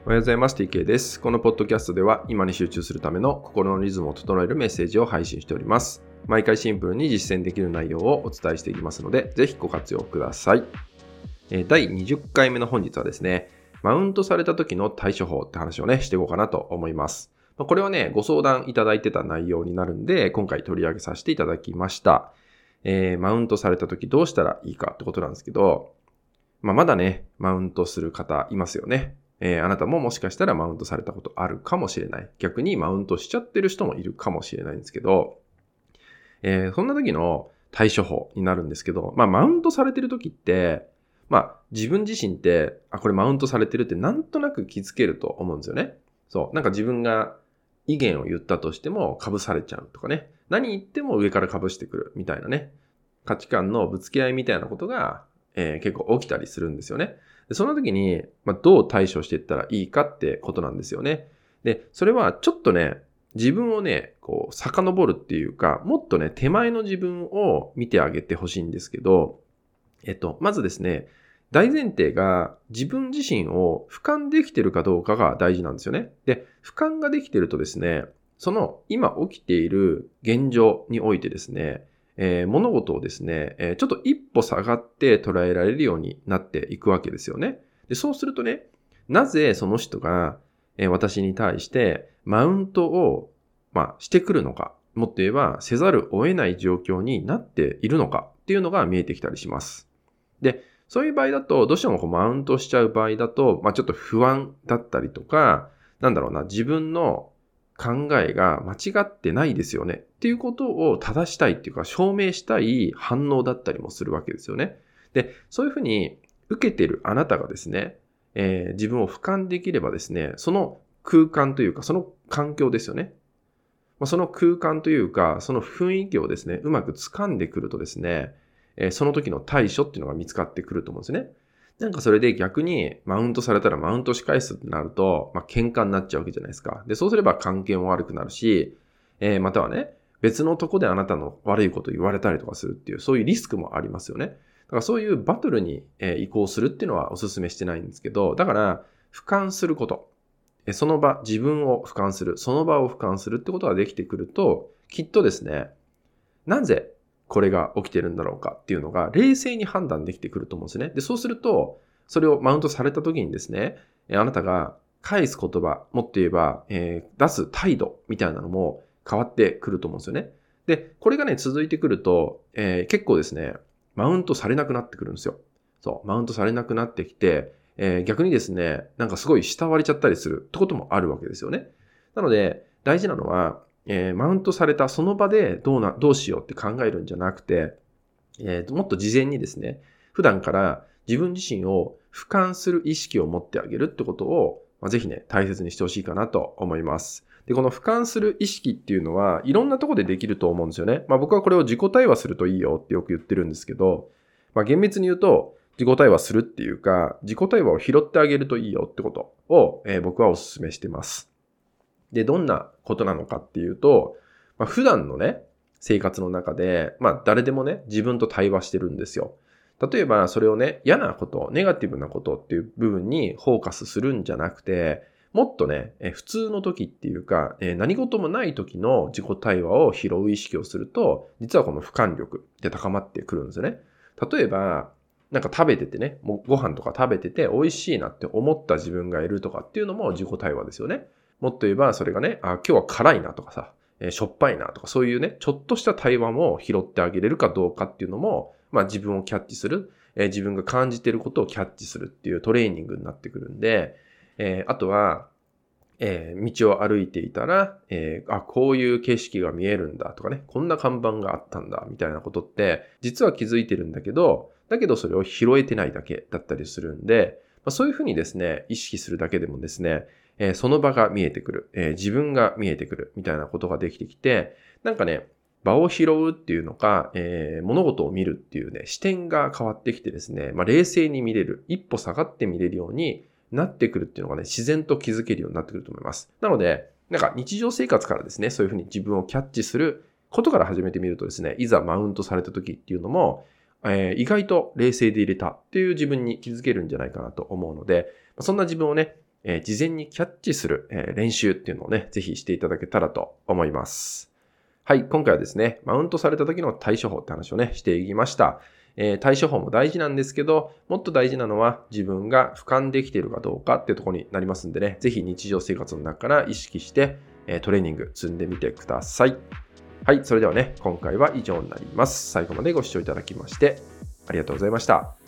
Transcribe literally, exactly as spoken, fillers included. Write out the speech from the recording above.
おはようございます。ティーケー です。このポッドキャストでは今に集中するための心のリズムを整えるメッセージを配信しております。毎回シンプルに実践できる内容をお伝えしていきますので、ぜひご活用ください。だいにじゅっかいめの本日はですね、マウントされた時の対処法って話をね、していこうかなと思います。これはね、ご相談いただいてた内容になるんで、今回取り上げさせていただきました。えー、マウントされた時どうしたらいいかってことなんですけど、まあ、まだね、マウントする方いますよね。えー、あなたももしかしたらマウントされたことあるかもしれない。逆にマウントしちゃってる人もいるかもしれないんですけど、えー、そんな時の対処法になるんですけど、まあ、マウントされてる時って、まあ、自分自身って、あ、これマウントされてるってなんとなく気づけると思うんですよね。そう。なんか自分が意見を言ったとしても被されちゃうとかね。何言っても上から被してくるみたいなね。価値観のぶつけ合いみたいなことが、えー、結構起きたりするんですよね。でその時に、まあ、どう対処していったらいいかってことなんですよね。で、それはちょっとね、自分をね、こう、遡るっていうか、もっとね、手前の自分を見てあげてほしいんですけど、えっと、まずですね、大前提が自分自身を俯瞰できているかどうかが大事なんですよね。で、俯瞰ができているとですね、その今起きている現状においてですね、えー、物事をですね、えー、ちょっと一歩下がって捉えられるようになっていくわけですよね。で、そうするとね、なぜその人が、えー、私に対してマウントを、まあ、してくるのか、もっと言えばせざるを得ない状況になっているのかっていうのが見えてきたりします。で、そういう場合だと、どうしてもこうマウントしちゃう場合だと、まあちょっと不安だったりとか、なんだろうな、自分の考えが間違ってないですよねっていうことを正したいっていうか証明したい反応だったりもするわけですよね。で、そういうふうに受けているあなたがですね、えー、自分を俯瞰できればですね、その空間というかその環境ですよね。まあ、その空間というかその雰囲気をですね、うまく掴んでくるとですね、えー、その時の対処っていうのが見つかってくると思うんですね。なんかそれで逆にマウントされたらマウントし返すってなると、まあ、喧嘩になっちゃうわけじゃないですか。で、そうすれば関係も悪くなるし、えー、またはね、別のとこであなたの悪いことを言われたりとかするっていう、そういうリスクもありますよね。だからそういうバトルに、えー、移行するっていうのはお勧めしてないんですけど、だから俯瞰すること、その場、自分を俯瞰する、その場を俯瞰するってことができてくると、きっとですね、なぜこれが起きてるんだろうかっていうのが冷静に判断できてくると思うんですね。で、そうすると、それをマウントされた時にですね、あなたが返す言葉、もっと言えば、えー、出す態度みたいなのも変わってくると思うんですよね。で、これがね、続いてくると、えー、結構ですね、マウントされなくなってくるんですよ。そう、マウントされなくなってきて、えー、逆にですね、なんかすごい慕われちゃったりするってこともあるわけですよね。なので、大事なのは、えー、マウントされたその場でどうな、どうしようって考えるんじゃなくて、えー、もっと事前にですね、普段から自分自身を俯瞰する意識を持ってあげるってことを、まあ、ぜひね、大切にしてほしいかなと思います。で、この俯瞰する意識っていうのは、いろんなところでできると思うんですよね。まあ僕はこれを自己対話するといいよってよく言ってるんですけど、まあ厳密に言うと、自己対話するっていうか、自己対話を拾ってあげるといいよってことを、えー、僕はお勧めしてます。で、どんなことなのかっていうと、まあ、普段のね、生活の中で、まあ誰でもね、自分と対話してるんですよ。例えばそれをね、嫌なこと、ネガティブなことっていう部分にフォーカスするんじゃなくて、もっとね、え普通の時っていうか、え何事もない時の自己対話を拾う意識をすると、実はこの俯瞰力って高まってくるんですよね。例えば、なんか食べててね、もうご飯とか食べてて美味しいなって思った自分がいるとかっていうのも自己対話ですよね。もっと言えばそれがね、あ、今日は辛いなとかさ、えー、しょっぱいなとかそういうね、ちょっとした対話も拾ってあげれるかどうかっていうのも、まあ自分をキャッチする、えー、自分が感じていることをキャッチするっていうトレーニングになってくるんで、えー、あとは、えー、道を歩いていたら、えー、あ、こういう景色が見えるんだとかね、こんな看板があったんだみたいなことって、実は気づいてるんだけど、だけどそれを拾えてないだけだったりするんで、まあ、そういうふうにですね、意識するだけでもですね、えー、その場が見えてくる、えー、自分が見えてくるみたいなことができてきて、なんかね、場を拾うっていうのか、えー、物事を見るっていうね、視点が変わってきてですね、まあ、冷静に見れる、一歩下がって見れるようになってくるっていうのがね、自然と気づけるようになってくると思います。なので、なんか日常生活からですね、そういうふうに自分をキャッチすることから始めてみるとですね、いざマウントされた時っていうのも、えー、意外と冷静で入れたっていう自分に気づけるんじゃないかなと思うので、そんな自分をね、 えー、事前にキャッチする、えー、練習っていうのをね、ぜひしていただけたらと思います。はい、今回はですね、マウントされた時の対処法って話をね、していきました。えー、対処法も大事なんですけど、もっと大事なのは自分が俯瞰できているかどうかっていうところになりますんでね、ぜひ日常生活の中から意識して、えー、トレーニング積んでみてください。はい、それではね、今回は以上になります。最後までご視聴いただきましてありがとうございました。